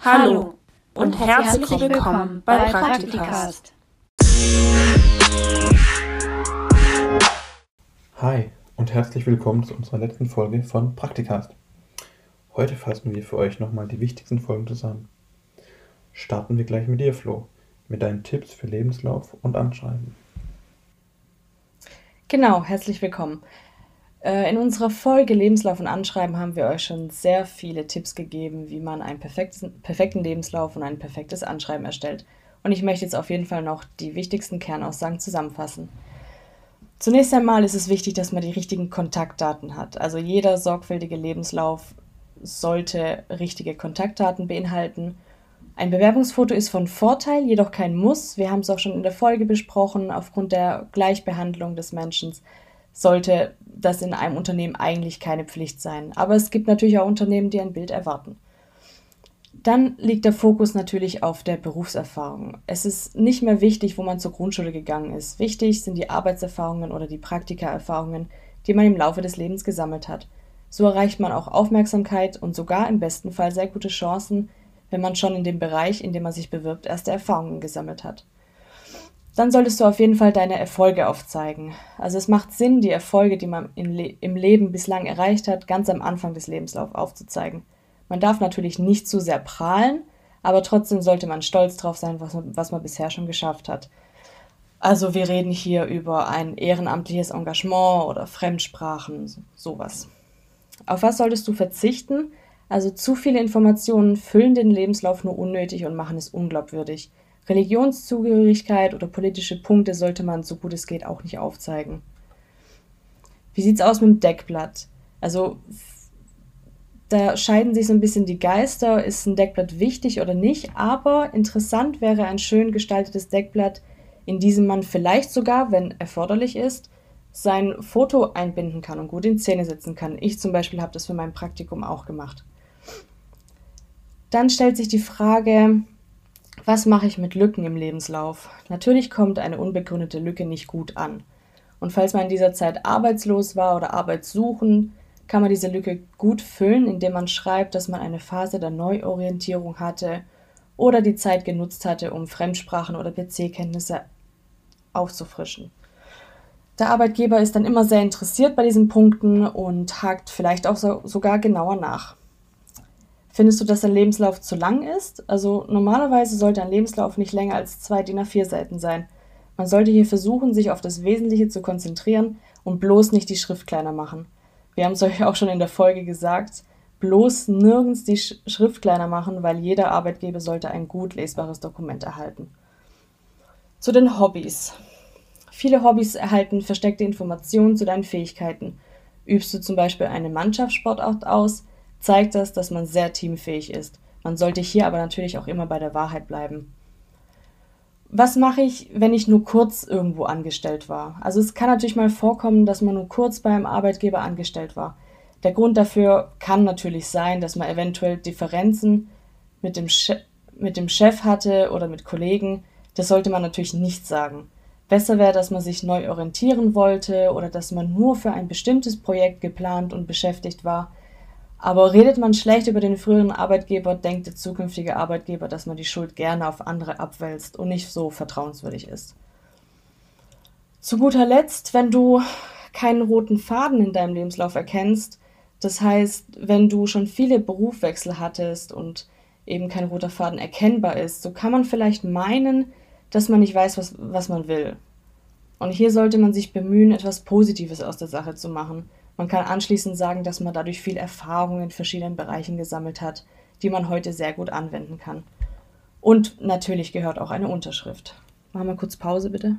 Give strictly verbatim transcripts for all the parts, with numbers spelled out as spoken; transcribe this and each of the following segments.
Hallo und herzlich willkommen bei Praktikast. Hi und herzlich willkommen zu unserer letzten Folge von Praktikast. Heute fassen wir für euch nochmal die wichtigsten Folgen zusammen. Starten wir gleich mit dir, Flo, mit deinen Tipps für Lebenslauf und Anschreiben. Genau, herzlich willkommen. Äh, In unserer Folge Lebenslauf und Anschreiben haben wir euch schon sehr viele Tipps gegeben, wie man einen perfekten, perfekten Lebenslauf und ein perfektes Anschreiben erstellt. Und ich möchte jetzt auf jeden Fall noch die wichtigsten Kernaussagen zusammenfassen. Zunächst einmal ist es wichtig, dass man die richtigen Kontaktdaten hat. Also jeder sorgfältige Lebenslauf sollte richtige Kontaktdaten beinhalten. Ein Bewerbungsfoto ist von Vorteil, jedoch kein Muss. Wir haben es auch schon in der Folge besprochen. Aufgrund der Gleichbehandlung des Menschen sollte das in einem Unternehmen eigentlich keine Pflicht sein. Aber es gibt natürlich auch Unternehmen, die ein Bild erwarten. Dann liegt der Fokus natürlich auf der Berufserfahrung. Es ist nicht mehr wichtig, wo man zur Grundschule gegangen ist. Wichtig sind die Arbeitserfahrungen oder die Praktikaerfahrungen, die man im Laufe des Lebens gesammelt hat. So erreicht man auch Aufmerksamkeit und sogar im besten Fall sehr gute Chancen, wenn man schon in dem Bereich, in dem man sich bewirbt, erste Erfahrungen gesammelt hat. Dann solltest du auf jeden Fall deine Erfolge aufzeigen. Also es macht Sinn, die Erfolge, die man im, Le- im Leben bislang erreicht hat, ganz am Anfang des Lebenslaufs aufzuzeigen. Man darf natürlich nicht zu sehr prahlen, aber trotzdem sollte man stolz drauf sein, was man, was man bisher schon geschafft hat. Also wir reden hier über ein ehrenamtliches Engagement oder Fremdsprachen, so- sowas. Auf was solltest du verzichten? Also zu viele Informationen füllen den Lebenslauf nur unnötig und machen es unglaubwürdig. Religionszugehörigkeit oder politische Punkte sollte man, so gut es geht, auch nicht aufzeigen. Wie sieht's aus mit dem Deckblatt? Also da scheiden sich so ein bisschen die Geister. Ist ein Deckblatt wichtig oder nicht? Aber interessant wäre ein schön gestaltetes Deckblatt, in diesem man vielleicht sogar, wenn erforderlich ist, sein Foto einbinden kann und gut in Szene setzen kann. Ich zum Beispiel habe das für mein Praktikum auch gemacht. Dann stellt sich die Frage, was mache ich mit Lücken im Lebenslauf? Natürlich kommt eine unbegründete Lücke nicht gut an. Und falls man in dieser Zeit arbeitslos war oder arbeitssuchend, kann man diese Lücke gut füllen, indem man schreibt, dass man eine Phase der Neuorientierung hatte oder die Zeit genutzt hatte, um Fremdsprachen oder P C-Kenntnisse aufzufrischen. Der Arbeitgeber ist dann immer sehr interessiert bei diesen Punkten und hakt vielleicht auch so, sogar genauer nach. Findest du, dass ein Lebenslauf zu lang ist? Also normalerweise sollte ein Lebenslauf nicht länger als zwei D I N A vier Seiten sein. Man sollte hier versuchen, sich auf das Wesentliche zu konzentrieren und bloß nicht die Schrift kleiner machen. Wir haben es euch auch schon in der Folge gesagt, bloß nirgends die Sch- Schrift kleiner machen, weil jeder Arbeitgeber sollte ein gut lesbares Dokument erhalten. Zu den Hobbys. Viele Hobbys erhalten versteckte Informationen zu deinen Fähigkeiten. Übst du zum Beispiel eine Mannschaftssportart aus, zeigt das, dass man sehr teamfähig ist. Man sollte hier aber natürlich auch immer bei der Wahrheit bleiben. Was mache ich, wenn ich nur kurz irgendwo angestellt war? Also es kann natürlich mal vorkommen, dass man nur kurz beim Arbeitgeber angestellt war. Der Grund dafür kann natürlich sein, dass man eventuell Differenzen mit dem, Che mit dem Chef hatte oder mit Kollegen. Das sollte man natürlich nicht sagen. Besser wäre, dass man sich neu orientieren wollte oder dass man nur für ein bestimmtes Projekt geplant und beschäftigt war. Aber redet man schlecht über den früheren Arbeitgeber, denkt der zukünftige Arbeitgeber, dass man die Schuld gerne auf andere abwälzt und nicht so vertrauenswürdig ist. Zu guter Letzt, wenn du keinen roten Faden in deinem Lebenslauf erkennst, das heißt, wenn du schon viele Berufswechsel hattest und eben kein roter Faden erkennbar ist, so kann man vielleicht meinen, dass man nicht weiß, was, was man will. Und hier sollte man sich bemühen, etwas Positives aus der Sache zu machen. Man kann anschließend sagen, dass man dadurch viel Erfahrung in verschiedenen Bereichen gesammelt hat, die man heute sehr gut anwenden kann. Und natürlich gehört auch eine Unterschrift. Machen wir kurz Pause, bitte.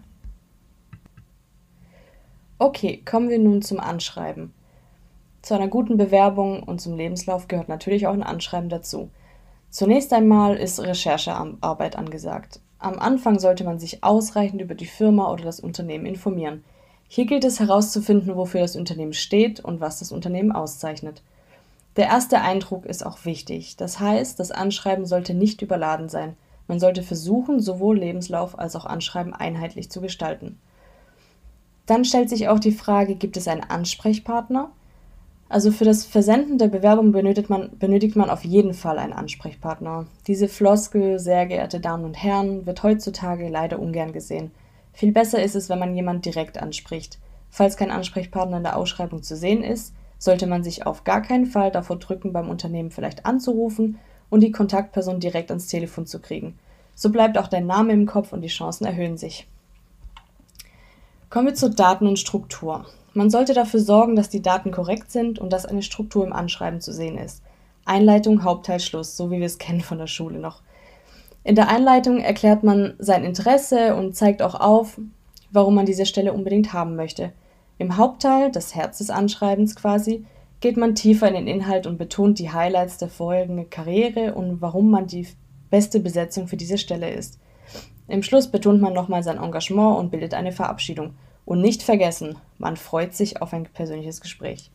Okay, kommen wir nun zum Anschreiben. Zu einer guten Bewerbung und zum Lebenslauf gehört natürlich auch ein Anschreiben dazu. Zunächst einmal ist Recherchearbeit angesagt. Am Anfang sollte man sich ausreichend über die Firma oder das Unternehmen informieren. Hier gilt es herauszufinden, wofür das Unternehmen steht und was das Unternehmen auszeichnet. Der erste Eindruck ist auch wichtig. Das heißt, das Anschreiben sollte nicht überladen sein. Man sollte versuchen, sowohl Lebenslauf als auch Anschreiben einheitlich zu gestalten. Dann stellt sich auch die Frage, gibt es einen Ansprechpartner? Also für das Versenden der Bewerbung benötigt man, benötigt man auf jeden Fall einen Ansprechpartner. Diese Floskel, sehr geehrte Damen und Herren, wird heutzutage leider ungern gesehen. Viel besser ist es, wenn man jemanden direkt anspricht. Falls kein Ansprechpartner in der Ausschreibung zu sehen ist, sollte man sich auf gar keinen Fall davor drücken, beim Unternehmen vielleicht anzurufen und die Kontaktperson direkt ans Telefon zu kriegen. So bleibt auch dein Name im Kopf und die Chancen erhöhen sich. Kommen wir zur Daten- und Struktur. Man sollte dafür sorgen, dass die Daten korrekt sind und dass eine Struktur im Anschreiben zu sehen ist. Einleitung, Hauptteil, Schluss, so wie wir es kennen von der Schule noch. In der Einleitung erklärt man sein Interesse und zeigt auch auf, warum man diese Stelle unbedingt haben möchte. Im Hauptteil, das Herz des Anschreibens quasi, geht man tiefer in den Inhalt und betont die Highlights der vorherigen Karriere und warum man die beste Besetzung für diese Stelle ist. Im Schluss betont man nochmal sein Engagement und bildet eine Verabschiedung. Und nicht vergessen, man freut sich auf ein persönliches Gespräch.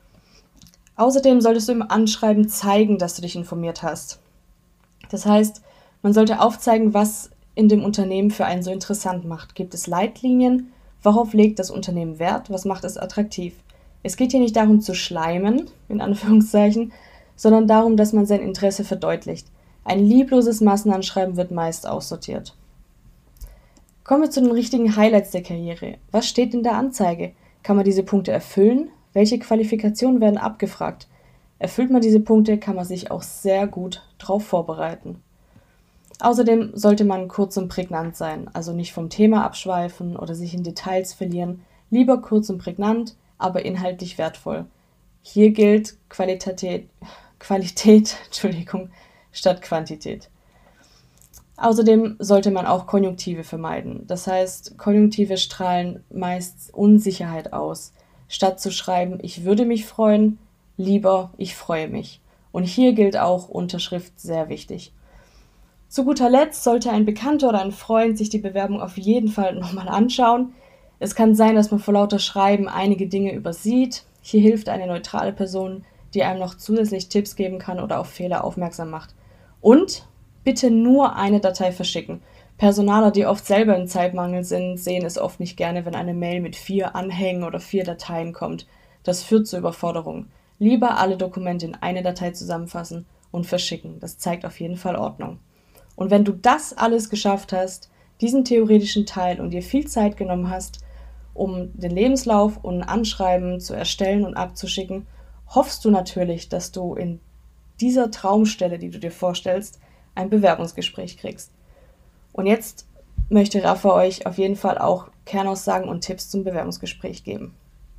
Außerdem solltest du im Anschreiben zeigen, dass du dich informiert hast. Das heißt, man sollte aufzeigen, was in dem Unternehmen für einen so interessant macht. Gibt es Leitlinien? Worauf legt das Unternehmen Wert? Was macht es attraktiv? Es geht hier nicht darum zu schleimen, in Anführungszeichen, sondern darum, dass man sein Interesse verdeutlicht. Ein liebloses Massenanschreiben wird meist aussortiert. Kommen wir zu den richtigen Highlights der Karriere. Was steht in der Anzeige? Kann man diese Punkte erfüllen? Welche Qualifikationen werden abgefragt? Erfüllt man diese Punkte, kann man sich auch sehr gut darauf vorbereiten. Außerdem sollte man kurz und prägnant sein, also nicht vom Thema abschweifen oder sich in Details verlieren. Lieber kurz und prägnant, aber inhaltlich wertvoll. Hier gilt Qualität, Qualität Entschuldigung, statt Quantität. Außerdem sollte man auch Konjunktive vermeiden. Das heißt, Konjunktive strahlen meist Unsicherheit aus. Statt zu schreiben, ich würde mich freuen, lieber, ich freue mich. Und hier gilt auch Unterschrift sehr wichtig. Zu guter Letzt sollte ein Bekannter oder ein Freund sich die Bewerbung auf jeden Fall nochmal anschauen. Es kann sein, dass man vor lauter Schreiben einige Dinge übersieht. Hier hilft eine neutrale Person, die einem noch zusätzlich Tipps geben kann oder auf Fehler aufmerksam macht. Und bitte nur eine Datei verschicken. Personaler, die oft selber im Zeitmangel sind, sehen es oft nicht gerne, wenn eine Mail mit vier Anhängen oder vier Dateien kommt. Das führt zur Überforderung. Lieber alle Dokumente in eine Datei zusammenfassen und verschicken. Das zeigt auf jeden Fall Ordnung. Und wenn du das alles geschafft hast, diesen theoretischen Teil und dir viel Zeit genommen hast, um den Lebenslauf und ein Anschreiben zu erstellen und abzuschicken, hoffst du natürlich, dass du in dieser Traumstelle, die du dir vorstellst, ein Bewerbungsgespräch kriegst. Und jetzt möchte Rafa euch auf jeden Fall auch Kernaussagen und Tipps zum Bewerbungsgespräch geben.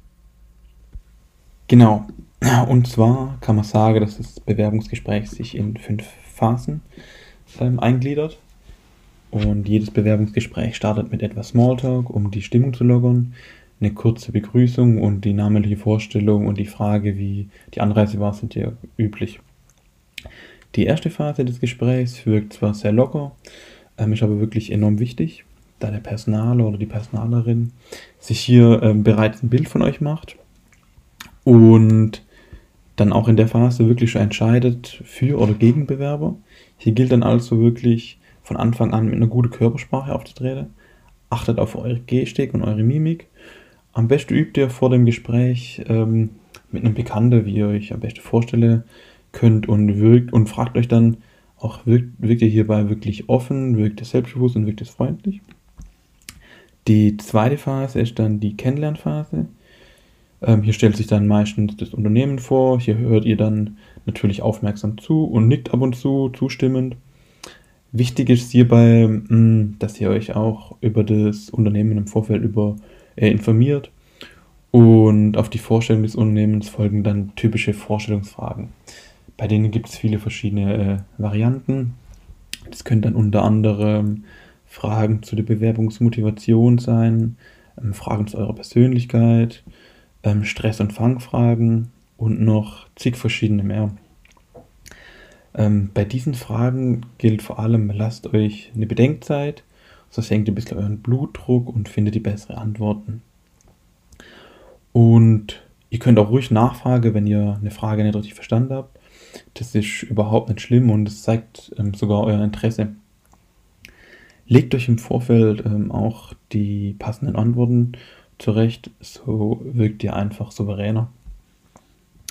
Genau. Und zwar kann man sagen, dass das Bewerbungsgespräch sich in fünf Phasen ähm, eingliedert. Und jedes Bewerbungsgespräch startet mit etwas Smalltalk, um die Stimmung zu lockern, eine kurze Begrüßung und die namentliche Vorstellung und die Frage, wie die Anreise war, sind ja üblich. Die erste Phase des Gesprächs wirkt zwar sehr locker, ähm, ist aber wirklich enorm wichtig, da der Personaler oder die Personalerin sich hier ähm, bereits ein Bild von euch macht und dann auch in der Phase wirklich schon entscheidet für oder gegen Bewerber. Hier gilt dann also wirklich von Anfang an mit einer guten Körpersprache aufzutreten. Achtet auf eure Gestik und eure Mimik. Am besten übt ihr vor dem Gespräch ähm, mit einem Bekannten, wie ihr euch am besten vorstellen könnt und wirkt und fragt euch dann auch, wirkt, wirkt ihr hierbei wirklich offen, wirkt ihr selbstbewusst und wirkt es freundlich. Die zweite Phase ist dann die Kennenlernphase. Ähm, hier stellt sich dann meistens das Unternehmen vor, hier hört ihr dann natürlich aufmerksam zu und nickt ab und zu zustimmend. Wichtig ist hierbei, mh, dass ihr euch auch über das Unternehmen im Vorfeld über, äh, informiert und auf die Vorstellung des Unternehmens folgen dann typische Vorstellungsfragen. Bei denen gibt es viele verschiedene äh, Varianten. Das können dann unter anderem Fragen zu der Bewerbungsmotivation sein, ähm, Fragen zu eurer Persönlichkeit, ähm, Stress- und Fangfragen und noch zig verschiedene mehr. Ähm, bei diesen Fragen gilt vor allem, lasst euch eine Bedenkzeit, so senkt ihr ein bisschen euren Blutdruck und findet die besseren Antworten. Und ihr könnt auch ruhig nachfragen, wenn ihr eine Frage nicht richtig verstanden habt. Das ist überhaupt nicht schlimm und es zeigt ähm, sogar euer Interesse. Legt euch im Vorfeld ähm, auch die passenden Antworten zurecht, so wirkt ihr einfach souveräner.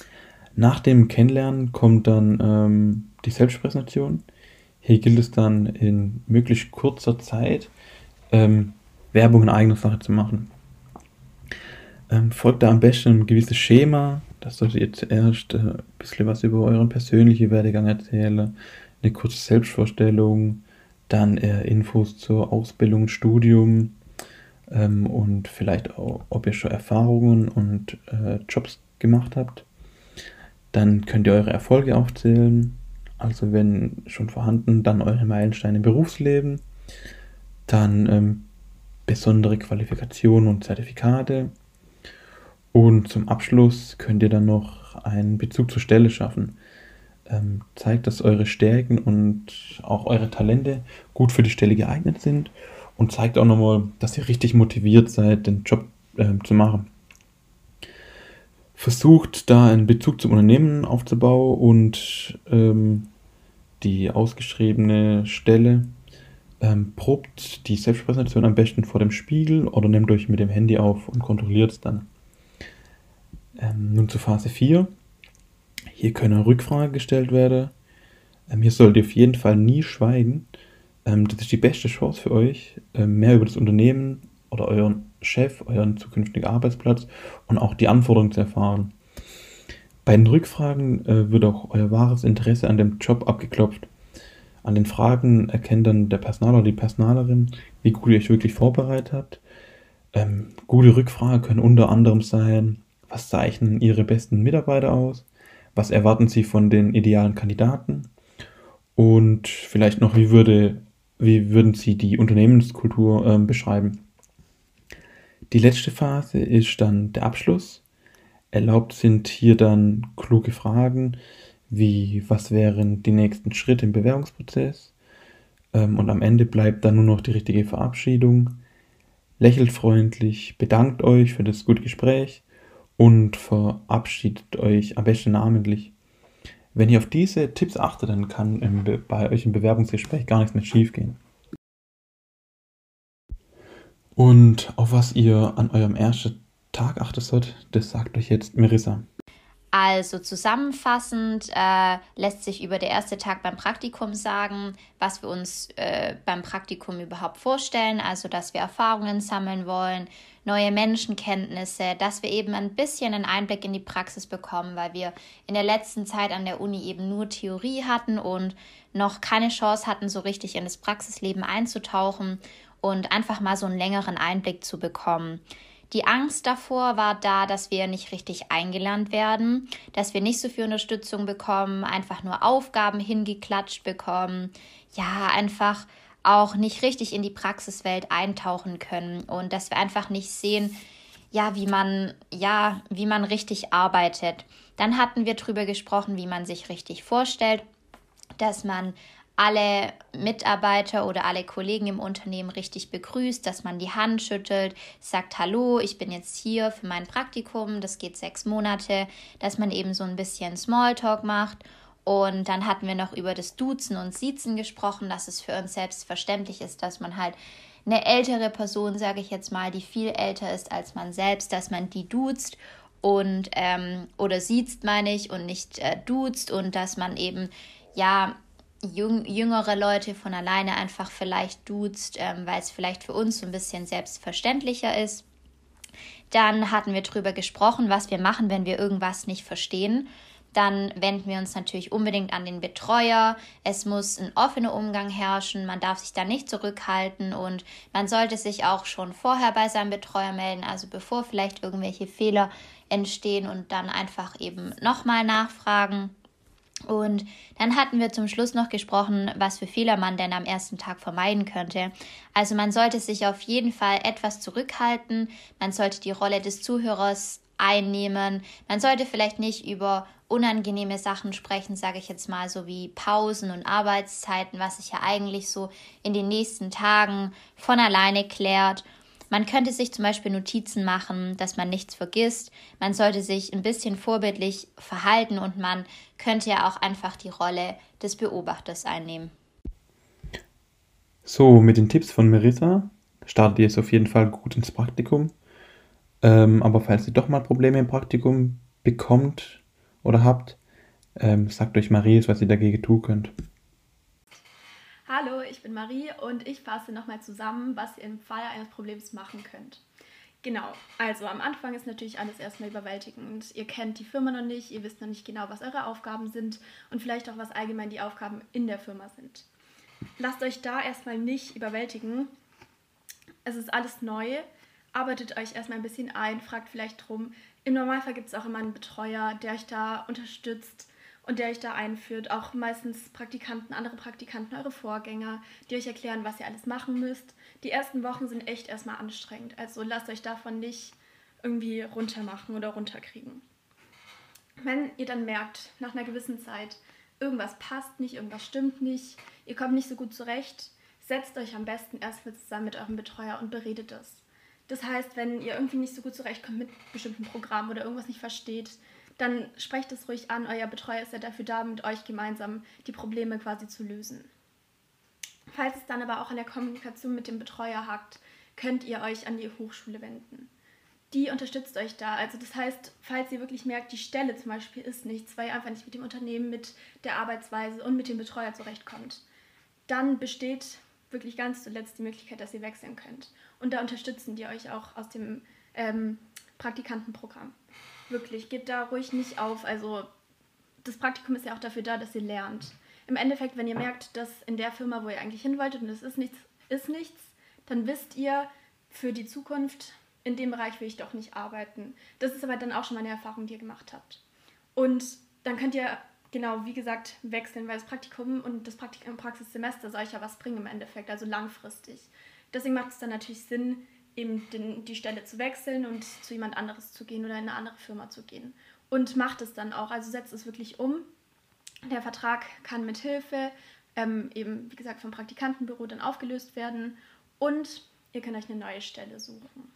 Nach dem Kennenlernen kommt dann ähm, die Selbstpräsentation. Hier gilt es dann in möglichst kurzer Zeit ähm, Werbung in eigener Sache zu machen. Ähm, folgt da am besten ein gewisses Schema. Das solltet ihr zuerst äh, ein bisschen was über euren persönlichen Werdegang erzählen, eine kurze Selbstvorstellung, dann äh, Infos zur Ausbildung, Studium ähm, und vielleicht auch, ob ihr schon Erfahrungen und äh, Jobs gemacht habt. Dann könnt ihr eure Erfolge aufzählen, also wenn schon vorhanden, dann eure Meilensteine im Berufsleben, dann ähm, besondere Qualifikationen und Zertifikate. Und zum Abschluss könnt ihr dann noch einen Bezug zur Stelle schaffen. Ähm, zeigt, dass eure Stärken und auch eure Talente gut für die Stelle geeignet sind und zeigt auch nochmal, dass ihr richtig motiviert seid, den Job äh, zu machen. Versucht da einen Bezug zum Unternehmen aufzubauen und ähm, die ausgeschriebene Stelle. Ähm, probt die Selbstpräsentation am besten vor dem Spiegel oder nehmt euch mit dem Handy auf und kontrolliert es dann. Ähm, nun zur Phase vier. Hier können Rückfragen gestellt werden. Ähm, hier solltet ihr auf jeden Fall nie schweigen. Ähm, das ist die beste Chance für euch, ähm, mehr über das Unternehmen oder euren Chef, euren zukünftigen Arbeitsplatz und auch die Anforderungen zu erfahren. Bei den Rückfragen äh, wird auch euer wahres Interesse an dem Job abgeklopft. An den Fragen erkennt dann der Personaler oder die Personalerin, wie gut ihr euch wirklich vorbereitet habt. Ähm, gute Rückfragen können unter anderem sein: Was zeichnen Ihre besten Mitarbeiter aus? Was erwarten Sie von den idealen Kandidaten? Und vielleicht noch, wie, würde, wie würden Sie die Unternehmenskultur ähm, beschreiben? Die letzte Phase ist dann der Abschluss. Erlaubt sind hier dann kluge Fragen wie: Was wären die nächsten Schritte im Bewerbungsprozess? Ähm, und am Ende bleibt dann nur noch die richtige Verabschiedung. Lächelt freundlich, bedankt euch für das gute Gespräch und verabschiedet euch am besten namentlich. Wenn ihr auf diese Tipps achtet, dann kann im Be- bei euch im Bewerbungsgespräch gar nichts mehr schief gehen. Und auf was ihr an eurem ersten Tag achtet sollt, das sagt euch jetzt Marissa. Also zusammenfassend äh, lässt sich über den ersten Tag beim Praktikum sagen, was wir uns äh, beim Praktikum überhaupt vorstellen, also dass wir Erfahrungen sammeln wollen, neue Menschenkenntnisse, dass wir eben ein bisschen einen Einblick in die Praxis bekommen, weil wir in der letzten Zeit an der Uni eben nur Theorie hatten und noch keine Chance hatten, so richtig in das Praxisleben einzutauchen und einfach mal so einen längeren Einblick zu bekommen. Die Angst davor war da, dass wir nicht richtig eingelernt werden, dass wir nicht so viel Unterstützung bekommen, einfach nur Aufgaben hingeklatscht bekommen, ja, einfach auch nicht richtig in die Praxiswelt eintauchen können und dass wir einfach nicht sehen, ja, wie man, ja, wie man richtig arbeitet. Dann hatten wir darüber gesprochen, wie man sich richtig vorstellt, dass man alle Mitarbeiter oder alle Kollegen im Unternehmen richtig begrüßt, dass man die Hand schüttelt, sagt: Hallo, ich bin jetzt hier für mein Praktikum, das geht sechs Monate, dass man eben so ein bisschen Smalltalk macht. Und dann hatten wir noch über das Duzen und Siezen gesprochen, dass es für uns selbstverständlich ist, dass man halt eine ältere Person, sage ich jetzt mal, die viel älter ist als man selbst, dass man die duzt und ähm, oder siezt, meine ich, und nicht äh, duzt, und dass man eben, ja, Jüng, jüngere Leute von alleine einfach vielleicht duzt, ähm, weil es vielleicht für uns so ein bisschen selbstverständlicher ist. Dann hatten wir darüber gesprochen, was wir machen, wenn wir irgendwas nicht verstehen. Dann wenden wir uns natürlich unbedingt an den Betreuer. Es muss ein offener Umgang herrschen, man darf sich da nicht zurückhalten und man sollte sich auch schon vorher bei seinem Betreuer melden, also bevor vielleicht irgendwelche Fehler entstehen, und dann einfach eben nochmal nachfragen. Und dann hatten wir zum Schluss noch gesprochen, was für Fehler man denn am ersten Tag vermeiden könnte. Also man sollte sich auf jeden Fall etwas zurückhalten, man sollte die Rolle des Zuhörers einnehmen, man sollte vielleicht nicht über unangenehme Sachen sprechen, sage ich jetzt mal, so wie Pausen und Arbeitszeiten, was sich ja eigentlich so in den nächsten Tagen von alleine klärt. Man könnte sich zum Beispiel Notizen machen, dass man nichts vergisst. Man sollte sich ein bisschen vorbildlich verhalten und man könnte ja auch einfach die Rolle des Beobachters einnehmen. So, mit den Tipps von Marissa startet ihr jetzt auf jeden Fall gut ins Praktikum. Ähm, aber falls ihr doch mal Probleme im Praktikum bekommt oder habt, ähm, sagt euch Marie, was ihr dagegen tun könnt. Hallo, ich bin Marie und ich fasse nochmal zusammen, was ihr im Fall eines Problems machen könnt. Genau, also am Anfang ist natürlich alles erstmal überwältigend. Ihr kennt die Firma noch nicht, ihr wisst noch nicht genau, was eure Aufgaben sind und vielleicht auch, was allgemein die Aufgaben in der Firma sind. Lasst euch da erstmal nicht überwältigen. Es ist alles neu, arbeitet euch erstmal ein bisschen ein, fragt vielleicht drum. Im Normalfall gibt es auch immer einen Betreuer, der euch da unterstützt und der euch da einführt. Auch meistens Praktikanten, andere Praktikanten, eure Vorgänger, die euch erklären, was ihr alles machen müsst. Die ersten Wochen sind echt erstmal anstrengend, also lasst euch davon nicht irgendwie runtermachen oder runterkriegen. Wenn ihr dann merkt, nach einer gewissen Zeit, irgendwas passt nicht, irgendwas stimmt nicht, ihr kommt nicht so gut zurecht, setzt euch am besten erstmal zusammen mit eurem Betreuer und beredet es. Das heißt, wenn ihr irgendwie nicht so gut zurechtkommt mit bestimmten Programmen oder irgendwas nicht versteht, dann sprecht es ruhig an. Euer Betreuer ist ja dafür da, mit euch gemeinsam die Probleme quasi zu lösen. Falls es dann aber auch an der Kommunikation mit dem Betreuer hakt, könnt ihr euch an die Hochschule wenden. Die unterstützt euch da. Also das heißt, falls ihr wirklich merkt, die Stelle zum Beispiel ist nichts, weil ihr einfach nicht mit dem Unternehmen, mit der Arbeitsweise und mit dem Betreuer zurechtkommt, dann besteht wirklich ganz zuletzt die Möglichkeit, dass ihr wechseln könnt. Und da unterstützen die euch auch aus dem ähm, Praktikantenprogramm. Wirklich, gebt da ruhig nicht auf. Also das Praktikum ist ja auch dafür da, dass ihr lernt. Im Endeffekt, wenn ihr merkt, dass in der Firma, wo ihr eigentlich hin wolltet und es ist nichts, ist nichts, dann wisst ihr für die Zukunft, in dem Bereich will ich doch nicht arbeiten. Das ist aber dann auch schon mal eine Erfahrung, die ihr gemacht habt. Und dann könnt ihr, genau, wie gesagt, wechseln, weil das Praktikum und das Praktikum Praxissemester soll euch ja was bringen im Endeffekt, also langfristig. Deswegen macht es dann natürlich Sinn, eben den, die Stelle zu wechseln und zu jemand anderes zu gehen oder in eine andere Firma zu gehen. Und macht es dann auch, also setzt es wirklich um. Der Vertrag kann mit Hilfe ähm, eben, wie gesagt, vom Praktikantenbüro dann aufgelöst werden und ihr könnt euch eine neue Stelle suchen.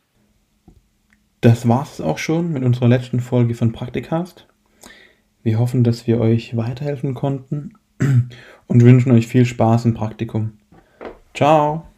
Das war's auch schon mit unserer letzten Folge von Praktikast. Wir hoffen, dass wir euch weiterhelfen konnten und wünschen euch viel Spaß im Praktikum. Ciao!